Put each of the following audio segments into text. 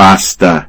Pasta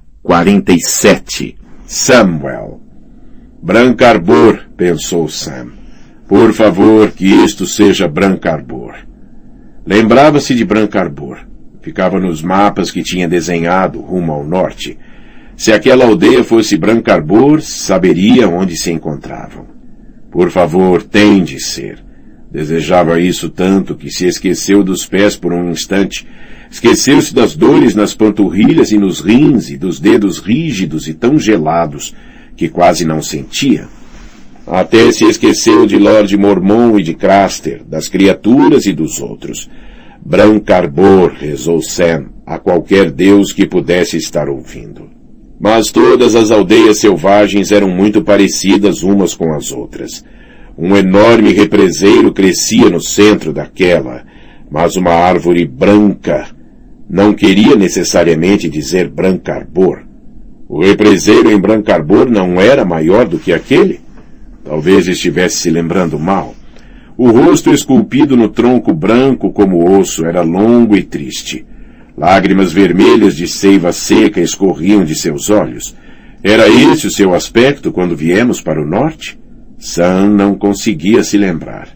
47. Samuel. Brancarbor, pensou Sam. Por favor, que isto seja Brancarbor. Lembrava-se de Brancarbor. Ficava nos mapas que tinha desenhado rumo ao norte. Se aquela aldeia fosse Brancarbor, saberia onde se encontravam. Por favor, tem de ser. Desejava isso tanto que se esqueceu dos pés por um instante. Esqueceu-se das dores nas panturrilhas e nos rins e dos dedos rígidos e tão gelados que quase não sentia. Até se esqueceu de Lord Mormon e de Craster, das criaturas e dos outros. Brancarbor, rezou Sam, a qualquer deus que pudesse estar ouvindo. Mas todas as aldeias selvagens eram muito parecidas umas com as outras. Um enorme represeiro crescia no centro daquela, mas uma árvore branca não queria necessariamente dizer Brancarbor. O represeiro em Brancarbor não era maior do que aquele? Talvez estivesse se lembrando mal. O rosto esculpido no tronco branco como osso era longo e triste. Lágrimas vermelhas de seiva seca escorriam de seus olhos. Era esse o seu aspecto quando viemos para o norte? Sam não conseguia se lembrar.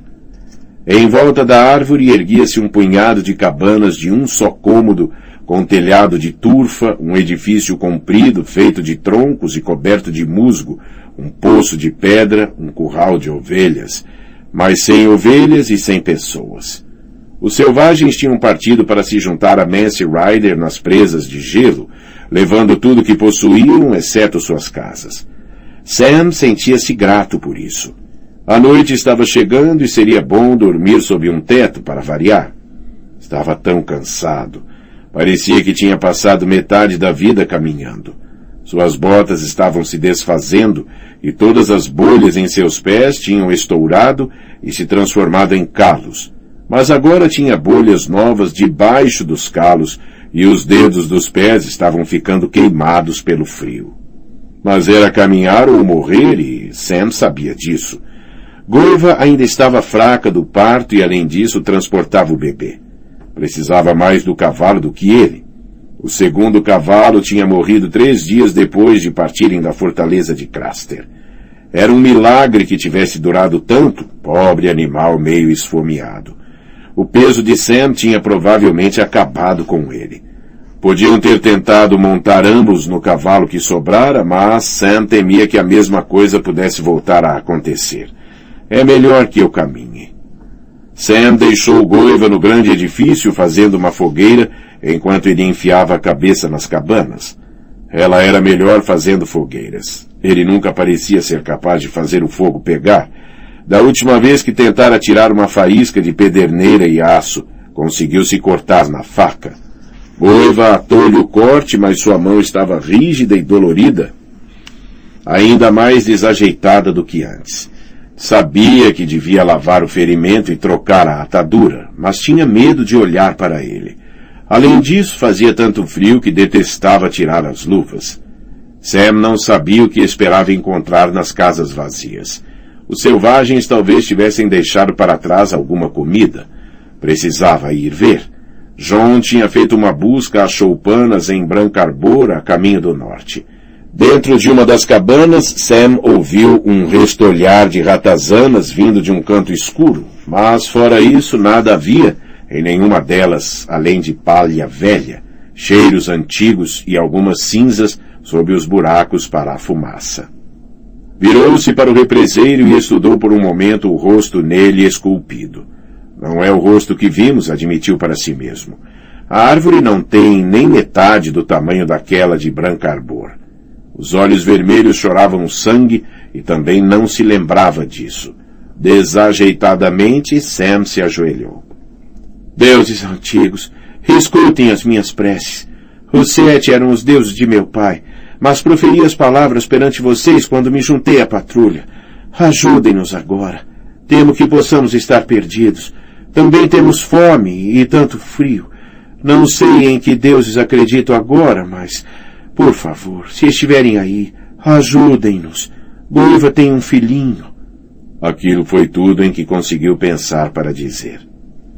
Em volta da árvore erguia-se um punhado de cabanas de um só cômodo, com telhado de turfa, um edifício comprido feito de troncos e coberto de musgo, um poço de pedra, um curral de ovelhas, mas sem ovelhas e sem pessoas. Os selvagens tinham partido para se juntar a Mance Rider nas presas de gelo, levando tudo que possuíam, exceto suas casas. Sam sentia-se grato por isso. A noite estava chegando e seria bom dormir sob um teto para variar. Estava tão cansado. Parecia que tinha passado metade da vida caminhando. Suas botas estavam se desfazendo e todas as bolhas em seus pés tinham estourado e se transformado em calos. Mas agora tinha bolhas novas debaixo dos calos e os dedos dos pés estavam ficando queimados pelo frio. Mas era caminhar ou morrer e Sam sabia disso. Goiva ainda estava fraca do parto e, além disso, transportava o bebê. Precisava mais do cavalo do que ele. O segundo cavalo tinha morrido 3 dias depois de partirem da fortaleza de Craster. Era um milagre que tivesse durado tanto, pobre animal meio esfomeado. O peso de Sam tinha provavelmente acabado com ele. Podiam ter tentado montar ambos no cavalo que sobrara, mas Sam temia que a mesma coisa pudesse voltar a acontecer. É melhor que eu caminhe. Sam deixou Goiva no grande edifício fazendo uma fogueira enquanto ele enfiava a cabeça nas cabanas. Ela era melhor fazendo fogueiras. Ele nunca parecia ser capaz de fazer o fogo pegar. Da última vez que tentara tirar uma faísca de pederneira e aço, conseguiu se cortar na faca. Goiva atou-lhe o corte, mas sua mão estava rígida e dolorida, ainda mais desajeitada do que antes. Sabia que devia lavar o ferimento e trocar a atadura, mas tinha medo de olhar para ele. Além disso, fazia tanto frio que detestava tirar as luvas. Sam não sabia o que esperava encontrar nas casas vazias. Os selvagens talvez tivessem deixado para trás alguma comida. Precisava ir ver. John tinha feito uma busca a choupanas em Brancarbor, a caminho do norte. Dentro de uma das cabanas, Sam ouviu um restolhar de ratazanas vindo de um canto escuro, mas fora isso nada havia em nenhuma delas, além de palha velha, cheiros antigos e algumas cinzas sob os buracos para a fumaça. Virou-se para o represeiro e estudou por um momento o rosto nele esculpido. Não é o rosto que vimos, admitiu para si mesmo. A árvore não tem nem metade do tamanho daquela de Brancarbor. Os olhos vermelhos choravam sangue e também não se lembrava disso. Desajeitadamente, Sam se ajoelhou. Deuses antigos, escutem as minhas preces. Os 7 eram os deuses de meu pai, mas proferi as palavras perante vocês quando me juntei à patrulha. Ajudem-nos agora. Temo que possamos estar perdidos. Também temos fome e tanto frio. Não sei em que deuses acredito agora, mas, por favor, se estiverem aí, ajudem-nos. Goiva tem um filhinho. Aquilo foi tudo em que conseguiu pensar para dizer.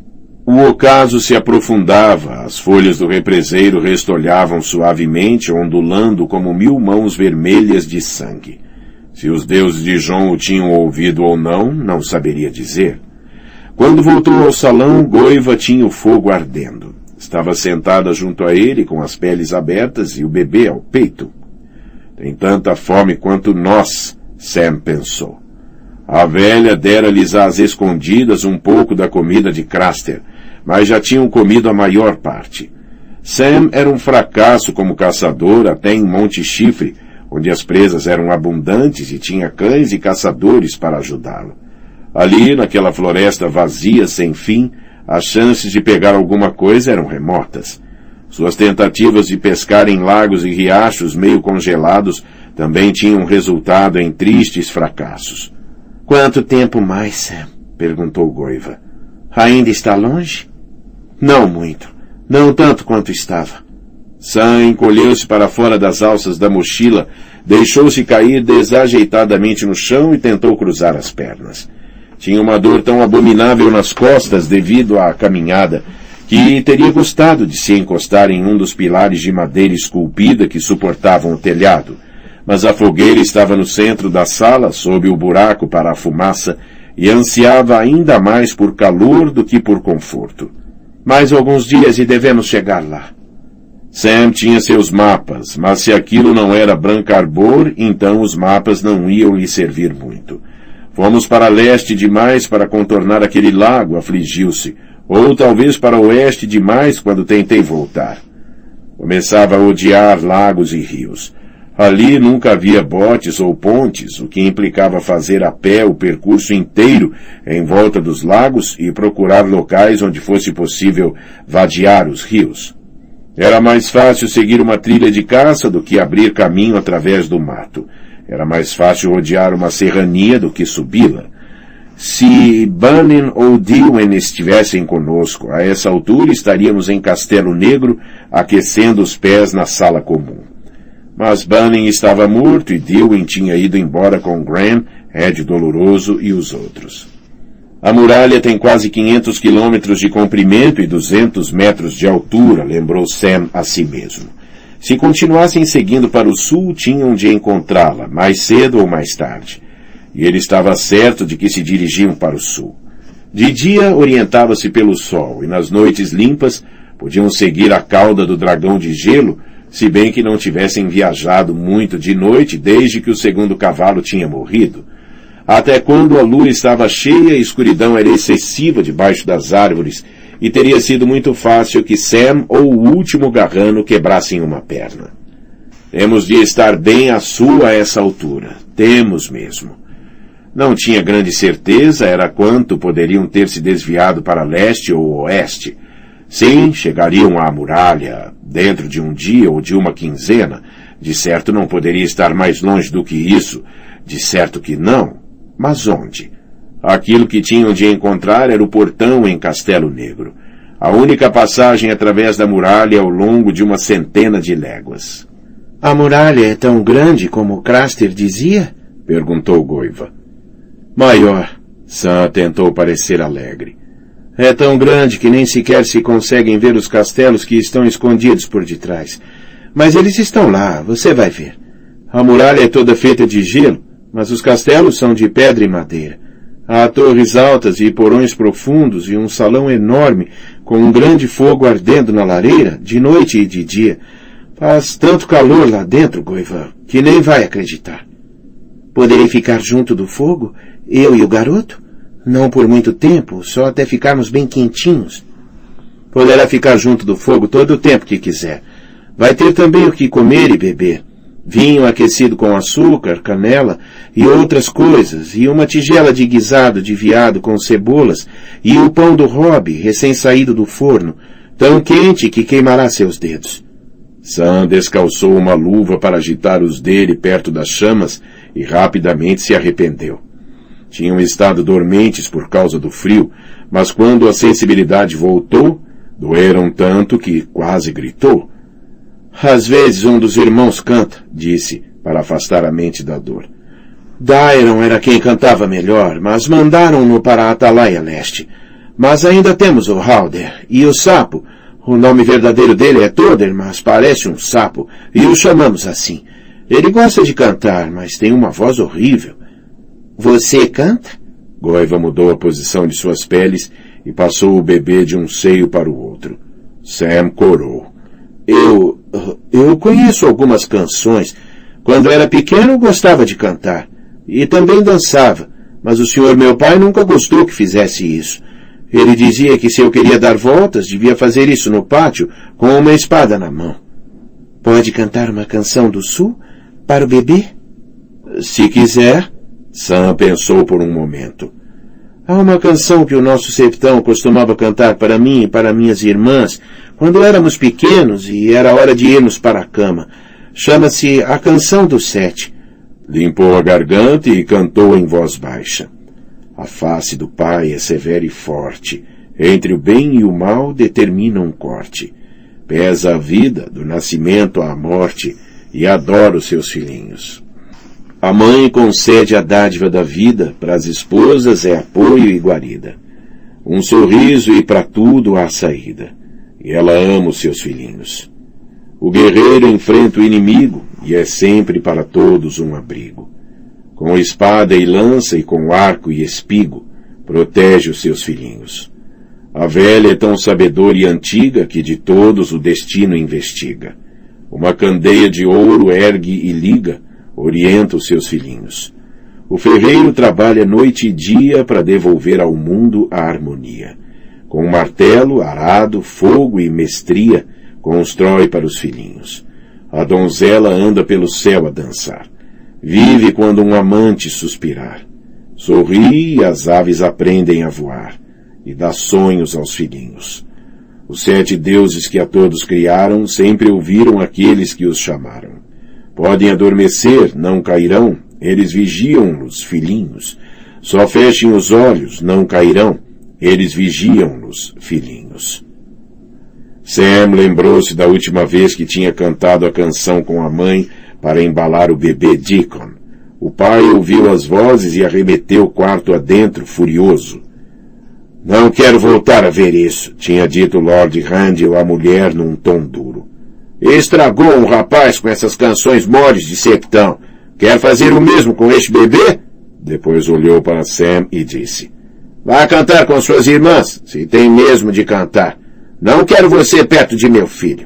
O ocaso se aprofundava, as folhas do represeiro restolhavam suavemente, ondulando como 1000 mãos vermelhas de sangue. Se os deuses de Jon o tinham ouvido ou não, não saberia dizer. Quando voltou ao salão, Goiva tinha o fogo ardendo. Estava sentada junto a ele, com as peles abertas e o bebê ao peito. Tem tanta fome quanto nós, Sam pensou. A velha dera-lhes às escondidas um pouco da comida de Craster, mas já tinham comido a maior parte. Sam era um fracasso como caçador até em Monte Chifre, onde as presas eram abundantes e tinha cães e caçadores para ajudá-lo. Ali, naquela floresta vazia sem fim, as chances de pegar alguma coisa eram remotas. Suas tentativas de pescar em lagos e riachos meio congelados também tinham resultado em tristes fracassos. Quanto tempo mais, Sam? Perguntou Goiva. Ainda está longe? Não muito. Não tanto quanto estava. Sam encolheu-se para fora das alças da mochila, deixou-se cair desajeitadamente no chão e tentou cruzar as pernas. Tinha uma dor tão abominável nas costas devido à caminhada que teria gostado de se encostar em um dos pilares de madeira esculpida que suportavam o telhado. Mas a fogueira estava no centro da sala, sob o buraco para a fumaça, e ansiava ainda mais por calor do que por conforto. Mais alguns dias e devemos chegar lá. Sam tinha seus mapas, mas se aquilo não era Brancarbor, então os mapas não iam lhe servir muito. Fomos para leste demais para contornar aquele lago, afligiu-se, ou talvez para oeste demais quando tentei voltar. Começava a odiar lagos e rios. Ali nunca havia botes ou pontes, o que implicava fazer a pé o percurso inteiro em volta dos lagos e procurar locais onde fosse possível vadiar os rios. Era mais fácil seguir uma trilha de caça do que abrir caminho através do mato. Era mais fácil rodear uma serrania do que subi-la. Se Banin ou Dilwen estivessem conosco, a essa altura estaríamos em Castelo Negro, aquecendo os pés na sala comum. Mas Banin estava morto e Dilwen tinha ido embora com Graham, Ed Doloroso e os outros. A muralha tem quase 500 quilômetros de comprimento e 200 metros de altura, lembrou Sam a si mesmo. Se continuassem seguindo para o sul, tinham de encontrá-la, mais cedo ou mais tarde. E ele estava certo de que se dirigiam para o sul. De dia, orientava-se pelo sol, e nas noites limpas, podiam seguir a cauda do dragão de gelo, se bem que não tivessem viajado muito de noite desde que o segundo cavalo tinha morrido. Até quando a lua estava cheia, a escuridão era excessiva debaixo das árvores, e teria sido muito fácil que Sam ou o último garrano quebrassem uma perna. Temos de estar bem a sul a essa altura. Temos mesmo. Não tinha grande certeza, era quanto poderiam ter se desviado para leste ou oeste. Sim, chegariam à muralha dentro de um dia ou de uma quinzena. De certo não poderia estar mais longe do que isso. De certo que não. Mas onde? Aquilo que tinham de encontrar era o portão em Castelo Negro. A única passagem através da muralha ao longo de uma centena de léguas. A muralha é tão grande como Craster dizia? Perguntou Goiva. Maior. Sam tentou parecer alegre. É tão grande que nem sequer se conseguem ver os castelos que estão escondidos por detrás. Mas eles estão lá, você vai ver. A muralha é toda feita de gelo, mas os castelos são de pedra e madeira. Há torres altas e porões profundos e um salão enorme com um grande fogo ardendo na lareira, de noite e de dia. Faz tanto calor lá dentro, Goiva, que nem vai acreditar. Poderei ficar junto do fogo, eu e o garoto? Não por muito tempo, só até ficarmos bem quentinhos. Poderá ficar junto do fogo todo o tempo que quiser. Vai ter também o que comer e beber. Vinho aquecido com açúcar, canela e outras coisas, e uma tigela de guisado de veado com cebolas, e o pão do Rob, recém-saído do forno, tão quente que queimará seus dedos. Sam descalçou uma luva para agitar os dele perto das chamas e rapidamente se arrependeu. Tinham estado dormentes por causa do frio, mas quando a sensibilidade voltou, doeram tanto que quase gritou. Às vezes um dos irmãos canta, disse, para afastar a mente da dor. Dairon era quem cantava melhor, mas mandaram-no para a Atalaia Leste. Mas ainda temos o Halder e o sapo. O nome verdadeiro dele é Toder, mas parece um sapo, e o chamamos assim. Ele gosta de cantar, mas tem uma voz horrível. Você canta? Goiva mudou a posição de suas peles e passou o bebê de um seio para o outro. Sam corou. Eu conheço algumas canções. Quando era pequeno gostava de cantar. E também dançava, mas o senhor meu pai nunca gostou que fizesse isso. Ele dizia que se eu queria dar voltas, devia fazer isso no pátio, com uma espada na mão. Pode cantar uma canção do sul para o bebê? Se quiser. Sam pensou por um momento. Há uma canção que o nosso septão costumava cantar para mim e para minhas irmãs, quando éramos pequenos e era hora de irmos para a cama. Chama-se A Canção dos Sete. Limpou a garganta e cantou em voz baixa. A face do pai é severa e forte. Entre o bem e o mal determina um corte. Pesa a vida, do nascimento à morte, e adora os seus filhinhos. A mãe concede a dádiva da vida, para as esposas é apoio e guarida. Um sorriso e para tudo há saída. E ela ama os seus filhinhos. O guerreiro enfrenta o inimigo, e é sempre para todos um abrigo. Com espada e lança e com arco e espigo, protege os seus filhinhos. A velha é tão sabedora e antiga que de todos o destino investiga. Uma candeia de ouro ergue e liga, orienta os seus filhinhos. O ferreiro trabalha noite e dia para devolver ao mundo a harmonia. Com martelo, arado, fogo e mestria, constrói para os filhinhos. A donzela anda pelo céu a dançar. Vive quando um amante suspirar. Sorri e as aves aprendem a voar. E dá sonhos aos filhinhos. Os 7 deuses que a todos criaram sempre ouviram aqueles que os chamaram. Podem adormecer, não cairão, eles vigiam-nos, filhinhos. Só fechem os olhos, não cairão, eles vigiam-nos, filhinhos. Sam lembrou-se da última vez que tinha cantado a canção com a mãe para embalar o bebê Deacon. O pai ouviu as vozes e arremeteu o quarto adentro, furioso. Não quero voltar a ver isso, tinha dito Lord Randall à mulher num tom duro. Estragou um rapaz com essas canções moles de septão. Quer fazer o mesmo com este bebê? Depois olhou para Sam e disse, vá cantar com suas irmãs, se tem mesmo de cantar. Não quero você perto de meu filho.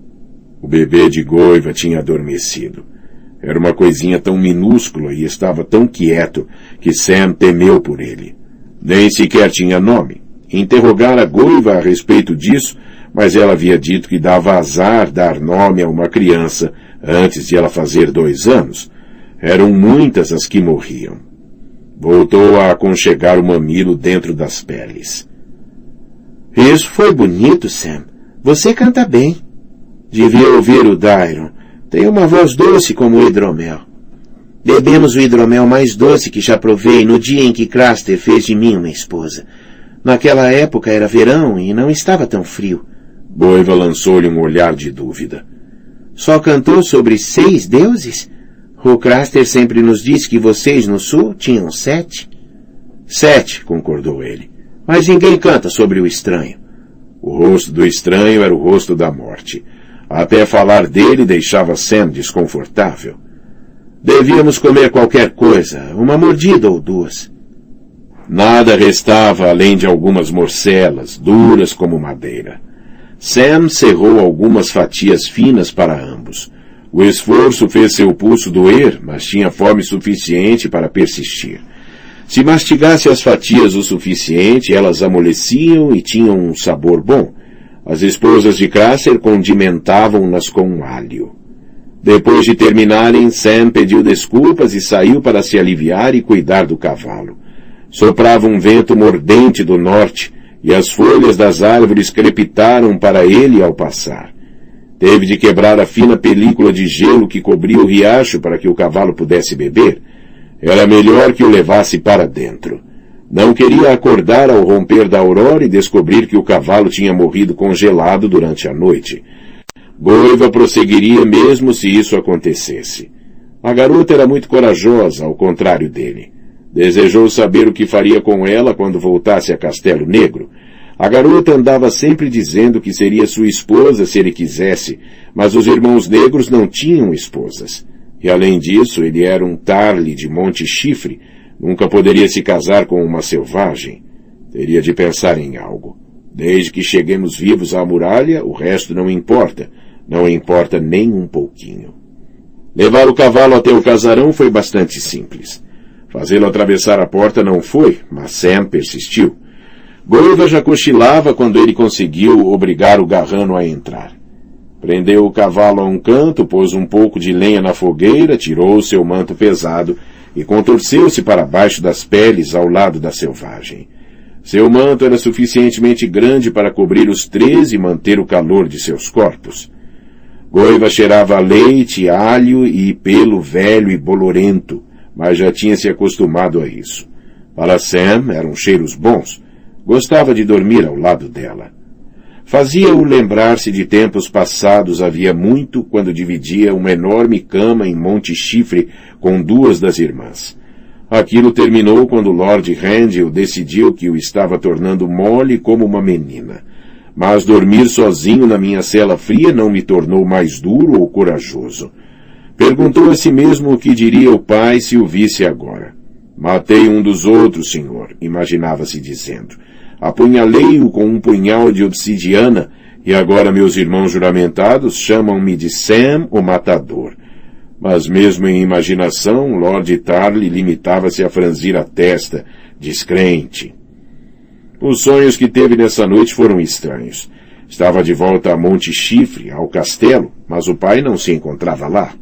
O bebê de Goiva tinha adormecido. Era uma coisinha tão minúscula e estava tão quieto que Sam temeu por ele. Nem sequer tinha nome. Interrogara Goiva a respeito disso, mas ela havia dito que dava azar dar nome a uma criança antes de ela fazer 2 anos. Eram muitas as que morriam. Voltou a aconchegar o mamilo dentro das peles. Isso foi bonito, Sam. Você canta bem. Devia ouvir o Dairon. Tem uma voz doce como o hidromel. Bebemos o hidromel mais doce que já provei no dia em que Craster fez de mim uma esposa. Naquela época era verão e não estava tão frio. Goiva lançou-lhe um olhar de dúvida. Só cantou sobre 6 deuses? O Craster sempre nos disse que vocês no sul tinham 7. 7, concordou ele. Mas ninguém canta sobre o estranho. O rosto do estranho era o rosto da morte. Até falar dele deixava Sam desconfortável. Devíamos comer qualquer coisa, uma mordida ou 2. Nada restava além de algumas morcelas, duras como madeira. Sam cerrou algumas fatias finas para ambos. O esforço fez seu pulso doer, mas tinha fome suficiente para persistir. Se mastigasse as fatias o suficiente, elas amoleciam e tinham um sabor bom. As esposas de Craster condimentavam-nas com alho. Depois de terminarem, Sam pediu desculpas e saiu para se aliviar e cuidar do cavalo. Soprava um vento mordente do norte, e as folhas das árvores crepitaram para ele ao passar. Teve de quebrar a fina película de gelo que cobria o riacho para que o cavalo pudesse beber. Era melhor que o levasse para dentro. Não queria acordar ao romper da aurora e descobrir que o cavalo tinha morrido congelado durante a noite. Goiva prosseguiria mesmo se isso acontecesse. A garota era muito corajosa, ao contrário dele. Desejou saber o que faria com ela quando voltasse a Castelo Negro, A garota andava sempre dizendo que seria sua esposa se ele quisesse, mas os irmãos negros não tinham esposas. E além disso, ele era um Tarly de Monte Chifre, nunca poderia se casar com uma selvagem. Teria de pensar em algo. Desde que cheguemos vivos à muralha, o resto não importa. Não importa nem um pouquinho. Levar o cavalo até o casarão foi bastante simples. Fazê-lo atravessar a porta não foi, mas Sam persistiu. Goiva já cochilava quando ele conseguiu obrigar o garrano a entrar. Prendeu o cavalo a um canto, pôs um pouco de lenha na fogueira, tirou o seu manto pesado e contorceu-se para baixo das peles ao lado da selvagem. Seu manto era suficientemente grande para cobrir os três e manter o calor de seus corpos. Goiva cheirava a leite, alho e pelo velho e bolorento, mas já tinha se acostumado a isso. Para Sam eram cheiros bons. Gostava de dormir ao lado dela. Fazia-o lembrar-se de tempos passados havia muito, quando dividia uma enorme cama em Monte Chifre com duas das irmãs. Aquilo terminou quando Lord Randall decidiu que o estava tornando mole como uma menina. Mas dormir sozinho na minha cela fria não me tornou mais duro ou corajoso. Perguntou a si mesmo o que diria o pai se o visse agora. Matei um dos outros, senhor, imaginava-se dizendo. Apunhalei-o com um punhal de obsidiana, e agora meus irmãos juramentados chamam-me de Sam, o Matador. Mas mesmo em imaginação, Lord Tarly limitava-se a franzir a testa, descrente. Os sonhos que teve nessa noite foram estranhos. Estava de volta a Monte Chifre, ao castelo, mas o pai não se encontrava lá.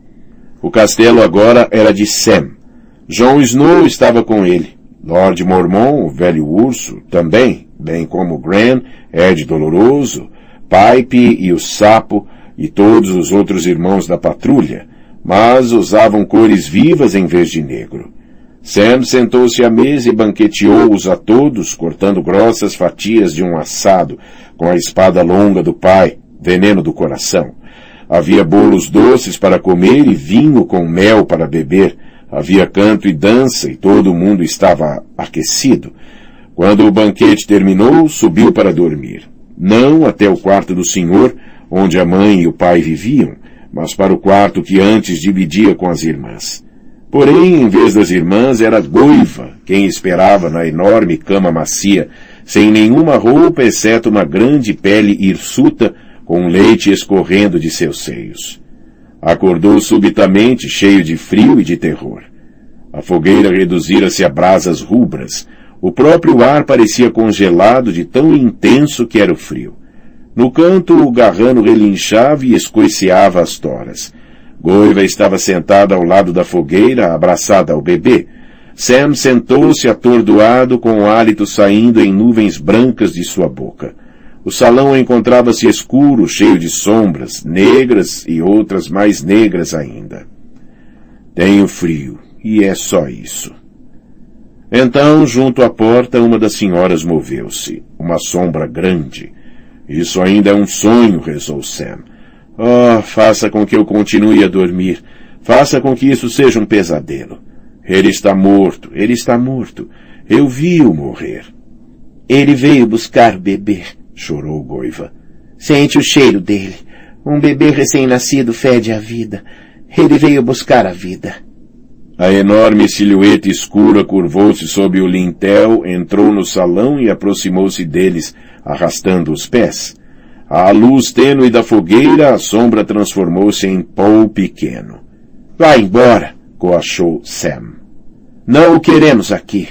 O castelo agora era de Sam. Jon Snow estava com ele. Lord Mormont, o velho urso, também, bem como Gran, Ed Doloroso, Pipe e o Sapo e todos os outros irmãos da patrulha, mas usavam cores vivas em vez de negro. Sam sentou-se à mesa e banqueteou-os a todos, cortando grossas fatias de um assado, com a espada longa do pai, veneno do coração. Havia bolos doces para comer e vinho com mel para beber. Havia canto e dança e todo mundo estava aquecido. Quando o banquete terminou, subiu para dormir. Não até o quarto do senhor, onde a mãe e o pai viviam, mas para o quarto que antes dividia com as irmãs. Porém, em vez das irmãs, era Goiva quem esperava na enorme cama macia, sem nenhuma roupa exceto uma grande pele hirsuta com leite escorrendo de seus seios. Acordou subitamente, cheio de frio e de terror. A fogueira reduzira-se a brasas rubras. O próprio ar parecia congelado de tão intenso que era o frio. No canto, o garrano relinchava e escoiceava as toras. Goiva estava sentada ao lado da fogueira, abraçada ao bebê. Sam sentou-se atordoado, com o hálito saindo em nuvens brancas de sua boca. O salão encontrava-se escuro, cheio de sombras, negras e outras mais negras ainda. Tenho frio, e é só isso. Então, junto à porta, uma das senhoras moveu-se, uma sombra grande. Isso ainda é um sonho, rezou Sam. Oh, faça com que eu continue a dormir. Faça com que isso seja um pesadelo. Ele está morto, ele está morto. Eu vi-o morrer. Ele veio buscar o bebê, chorou Goiva. Sente o cheiro dele. Um bebê recém-nascido fede a vida. Ele veio buscar a vida. A enorme silhueta escura curvou-se sob o lintel, entrou no salão e aproximou-se deles, arrastando os pés. À luz tênue da fogueira, a sombra transformou-se em Paul pequeno. Vá embora, coachou Sam. Não o queremos aqui.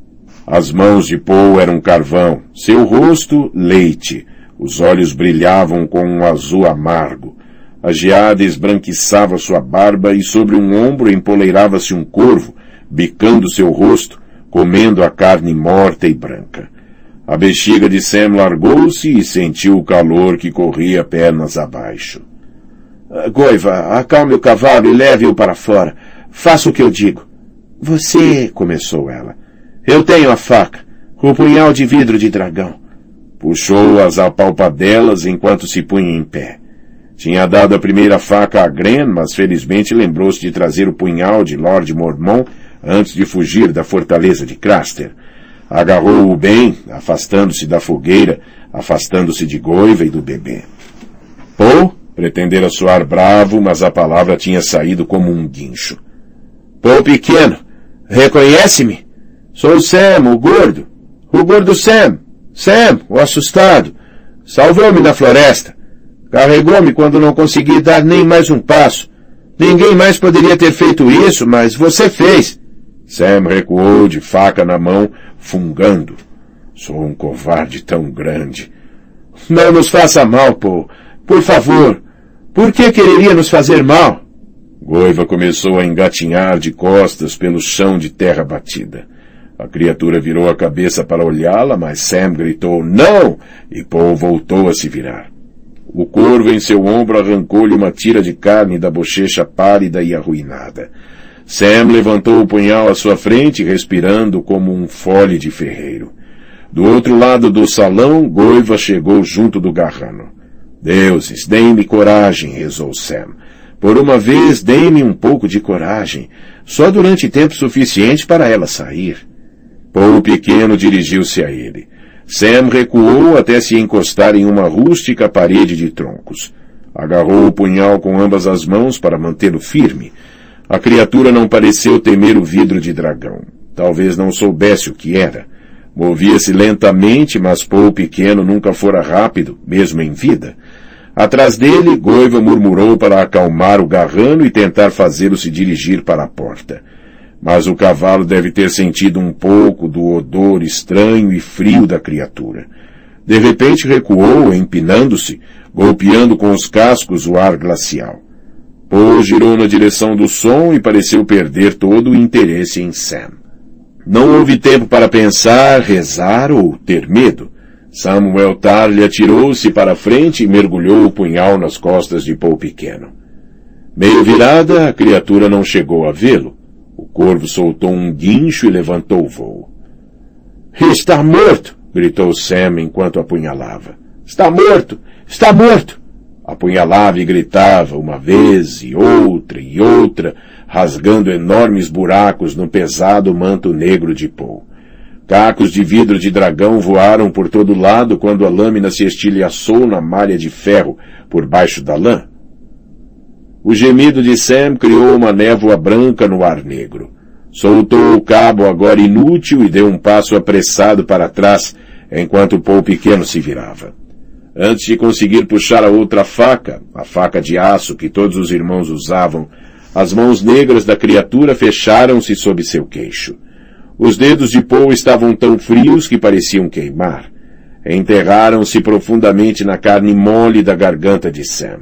As mãos de Paul eram carvão, seu rosto, leite. Os olhos brilhavam com um azul amargo. A geada esbranquiçava sua barba e sobre um ombro empoleirava-se um corvo, bicando seu rosto, comendo a carne morta e branca. A bexiga de Sam largou-se e sentiu o calor que corria pernas abaixo. Goiva, acalme o cavalo e leve-o para fora. Faça o que eu digo. Você, começou ela. Eu tenho a faca, o punhal de vidro de dragão. Puxou as apalpadelas enquanto se punha em pé. Tinha dado a primeira faca a Gran, mas felizmente lembrou-se de trazer o punhal de Lord Mormont antes de fugir da fortaleza de Craster. Agarrou-o bem, afastando-se da fogueira, afastando-se de Goiva e do bebê. Paul pretendera soar bravo, mas a palavra tinha saído como um guincho. Paul pequeno, reconhece-me? Sou Sam, o gordo. O gordo Sam. Sam, o assustado. Salvou-me na floresta. Carregou-me quando não consegui dar nem mais um passo. Ninguém mais poderia ter feito isso, mas você fez. Sam recuou de faca na mão, fungando. Sou um covarde tão grande. Não nos faça mal, Paul. Por favor. Por que quereria nos fazer mal? Goiva começou a engatinhar de costas pelo chão de terra batida. A criatura virou a cabeça para olhá-la, mas Sam gritou não, e Paul voltou a se virar. O corvo em seu ombro arrancou-lhe uma tira de carne da bochecha pálida e arruinada. Sam levantou o punhal à sua frente, respirando como um fole de ferreiro. Do outro lado do salão, Goiva chegou junto do garrano. Deuses, deem-me coragem, rezou Sam. Por uma vez, deem-me um pouco de coragem, só durante tempo suficiente para ela sair. Paul pequeno dirigiu-se a ele. Sam recuou até se encostar em uma rústica parede de troncos. Agarrou o punhal com ambas as mãos para mantê-lo firme. A criatura não pareceu temer o vidro de dragão. Talvez não soubesse o que era. Movia-se lentamente, mas Paul pequeno nunca fora rápido, mesmo em vida. Atrás dele, Goiva murmurou para acalmar o garrano e tentar fazê-lo se dirigir para a porta. Mas o cavalo deve ter sentido um pouco do odor estranho e frio da criatura. De repente recuou, empinando-se, golpeando com os cascos o ar glacial. Paul girou na direção do som e pareceu perder todo o interesse em Sam. Não houve tempo para pensar, rezar ou ter medo. Samuel Tarly atirou-se para a frente e mergulhou o punhal nas costas de Paul pequeno. Meio virada, a criatura não chegou a vê-lo. O corvo soltou um guincho e levantou o voo. Está morto! Gritou Sam enquanto apunhalava. Está morto! Está morto! Apunhalava e gritava uma vez e outra, rasgando enormes buracos no pesado manto negro de Paul. Cacos de vidro de dragão voaram por todo lado quando a lâmina se estilhaçou na malha de ferro por baixo da lã. O gemido de Sam criou uma névoa branca no ar negro. Soltou o cabo agora inútil e deu um passo apressado para trás, enquanto Paul pequeno se virava. Antes de conseguir puxar a outra faca, a faca de aço que todos os irmãos usavam, as mãos negras da criatura fecharam-se sob seu queixo. Os dedos de Paul estavam tão frios que pareciam queimar. Enterraram-se profundamente na carne mole da garganta de Sam.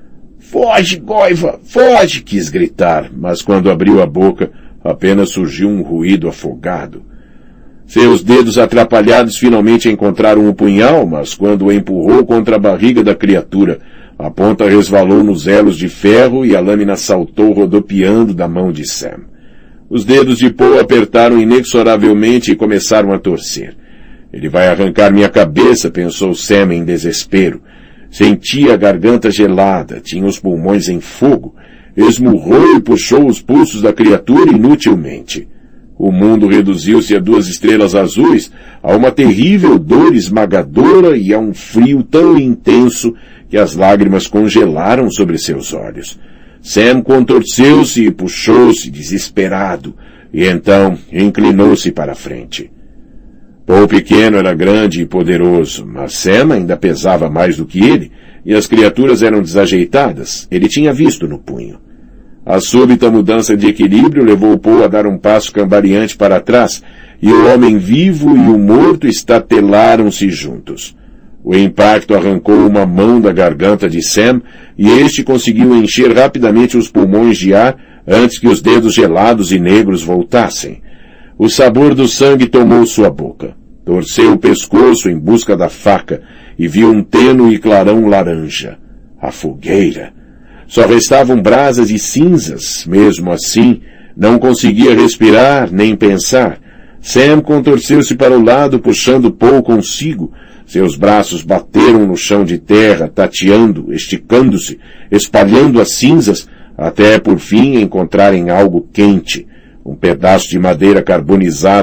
Foge, Goiva! Foge! Quis gritar, mas quando abriu a boca, apenas surgiu um ruído afogado. Seus dedos atrapalhados finalmente encontraram o punhal, mas quando o empurrou contra a barriga da criatura, a ponta resvalou nos elos de ferro e a lâmina saltou rodopiando da mão de Sam. Os dedos de Paul apertaram inexoravelmente e começaram a torcer. Ele vai arrancar minha cabeça, pensou Sam em desespero. Sentia a garganta gelada, tinha os pulmões em fogo, esmurrou e puxou os pulsos da criatura inutilmente. O mundo reduziu-se a 2 estrelas azuis, a uma terrível dor esmagadora e a um frio tão intenso que as lágrimas congelaram sobre seus olhos. Sam contorceu-se e puxou-se, desesperado, e então inclinou-se para a frente. Paul pequeno era grande e poderoso, mas Sam ainda pesava mais do que ele, e as criaturas eram desajeitadas, ele tinha visto no punho. A súbita mudança de equilíbrio levou Paul a dar um passo cambaleante para trás, e o homem vivo e o morto estatelaram-se juntos. O impacto arrancou uma mão da garganta de Sam, e este conseguiu encher rapidamente os pulmões de ar antes que os dedos gelados e negros voltassem. O sabor do sangue tomou sua boca. Torceu o pescoço em busca da faca e viu um tênue clarão laranja. A fogueira. Só restavam brasas e cinzas. Mesmo assim, não conseguia respirar nem pensar. Sam contorceu-se para o lado, puxando Paul consigo. Seus braços bateram no chão de terra, tateando, esticando-se, espalhando as cinzas, até por fim encontrarem algo quente. Um pedaço de madeira carbonizada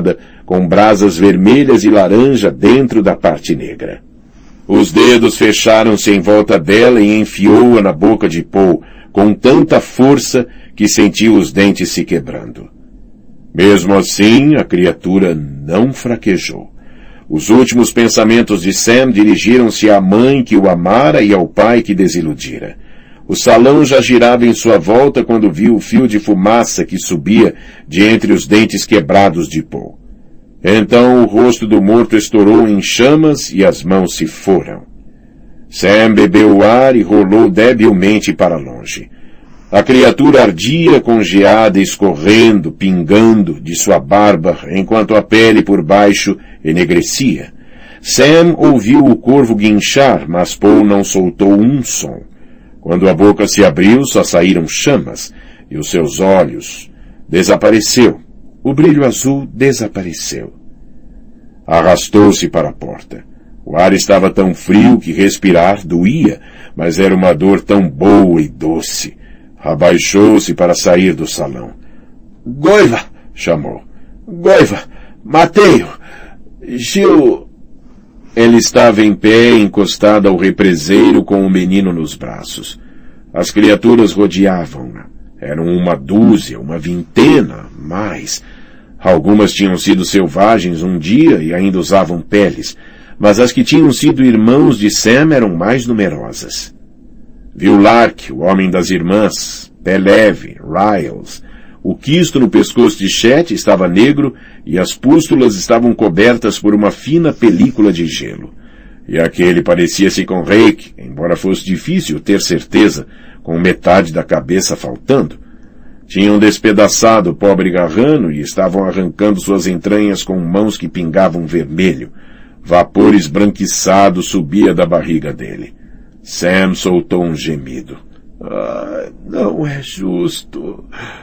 com brasas vermelhas e laranja dentro da parte negra. Os dedos fecharam-se em volta dela e enfiou-a na boca de Paul, com tanta força que sentiu os dentes se quebrando. Mesmo assim, a criatura não fraquejou. Os últimos pensamentos de Sam dirigiram-se à mãe que o amara e ao pai que desiludira. O salão já girava em sua volta quando viu o fio de fumaça que subia de entre os dentes quebrados de Paul. Então o rosto do morto estourou em chamas e as mãos se foram. Sam bebeu o ar e rolou debilmente para longe. A criatura ardia com geada escorrendo, pingando de sua barba, enquanto a pele por baixo enegrecia. Sam ouviu o corvo guinchar, mas Paul não soltou um som. Quando a boca se abriu, só saíram chamas, e os seus olhos desapareceu. O brilho azul desapareceu. Arrastou-se para a porta. O ar estava tão frio que respirar doía, mas era uma dor tão boa e doce. Abaixou-se para sair do salão. Goiva! Chamou. Goiva! Matei-o! Gil... Ele estava em pé, encostado ao represeiro com o menino nos braços. As criaturas rodeavam-na. Eram uma dúzia, uma vintena, mais. Algumas tinham sido selvagens um dia e ainda usavam peles, mas as que tinham sido irmãos de Sam eram mais numerosas. Viu Lark, o homem das irmãs, Peleve, Riles. O quisto no pescoço de Chet estava negro e as pústulas estavam cobertas por uma fina película de gelo. E aquele parecia-se com Reik, embora fosse difícil ter certeza, com metade da cabeça faltando. Tinham despedaçado o pobre Garrano e estavam arrancando suas entranhas com mãos que pingavam vermelho. Vapor esbranquiçado subia da barriga dele. Sam soltou um gemido. Não é justo.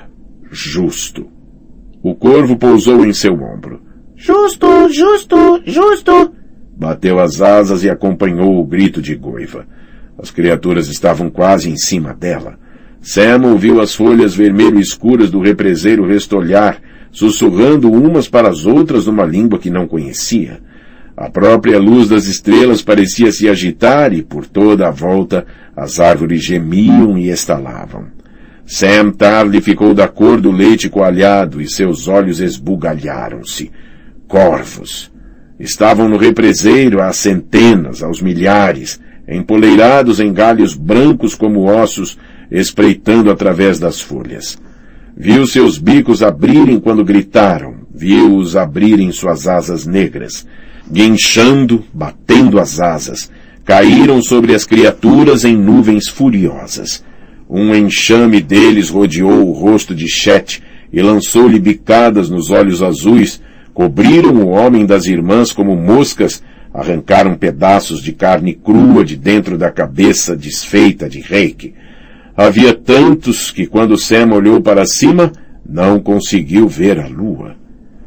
Justo. O corvo pousou em seu ombro. Justo, justo, justo. Bateu as asas e acompanhou o grito de Goiva. As criaturas estavam quase em cima dela. Sam ouviu as folhas vermelho escuras do represeiro restolhar, sussurrando umas para as outras numa língua que não conhecia. A própria luz das estrelas parecia se agitar e, por toda a volta, as árvores gemiam e estalavam. Sam Tarly ficou da cor do leite coalhado e seus olhos esbugalharam-se. Corvos. Estavam no represeiro às centenas, aos milhares, empoleirados em galhos brancos como ossos, espreitando através das folhas. Viu seus bicos abrirem quando gritaram, viu-os abrirem suas asas negras. Guinchando, batendo as asas, caíram sobre as criaturas em nuvens furiosas. Um enxame deles rodeou o rosto de Chet e lançou-lhe bicadas nos olhos azuis, cobriram o homem das irmãs como moscas, arrancaram pedaços de carne crua de dentro da cabeça desfeita de Reik. Havia tantos que quando Sam olhou para cima, não conseguiu ver a lua.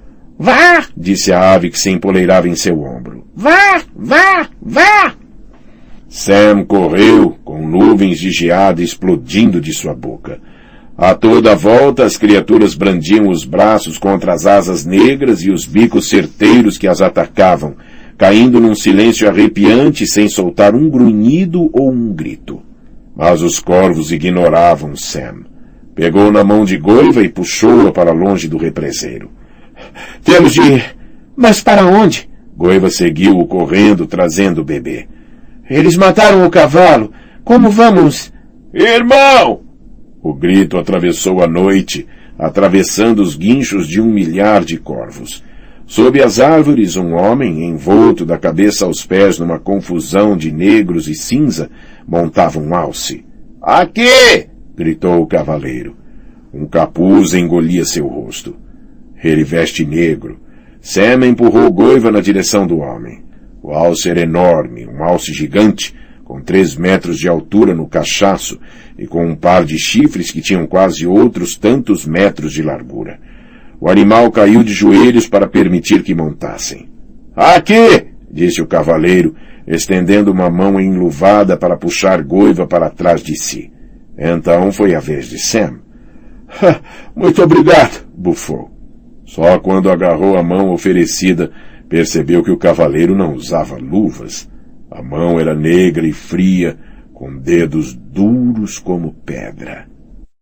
Vá! Disse a ave que se empoleirava em seu ombro. Vá! Vá! Vá! Sam correu, com nuvens de geada explodindo de sua boca. A toda a volta, as criaturas brandiam os braços contra as asas negras e os bicos certeiros que as atacavam, caindo num silêncio arrepiante sem soltar um grunhido ou um grito. Mas os corvos ignoravam Sam. Pegou na mão de Goiva e puxou-a para longe do represeiro. Temos de ir. Mas para onde? Goiva seguiu-o correndo, trazendo o bebê. Eles mataram o cavalo. Como vamos? Irmão! O grito atravessou a noite, atravessando os guinchos de 1 milhar de corvos. Sob as árvores, um homem, envolto da cabeça aos pés numa confusão de negros e cinza, montava um alce. Aqui! Gritou o cavaleiro. Um capuz engolia seu rosto. Ele veste negro. Sam empurrou Goiva na direção do homem. O alce era enorme, um alce gigante, com 3 metros de altura no cachaço e com um par de chifres que tinham quase outros tantos metros de largura. O animal caiu de joelhos para permitir que montassem. Aqui! Disse o cavaleiro, estendendo uma mão enluvada para puxar Goiva para trás de si. Então foi a vez de Sam. Muito obrigado, bufou. Só quando agarrou a mão oferecida, percebeu que o cavaleiro não usava luvas. A mão era negra e fria, com dedos duros como pedra.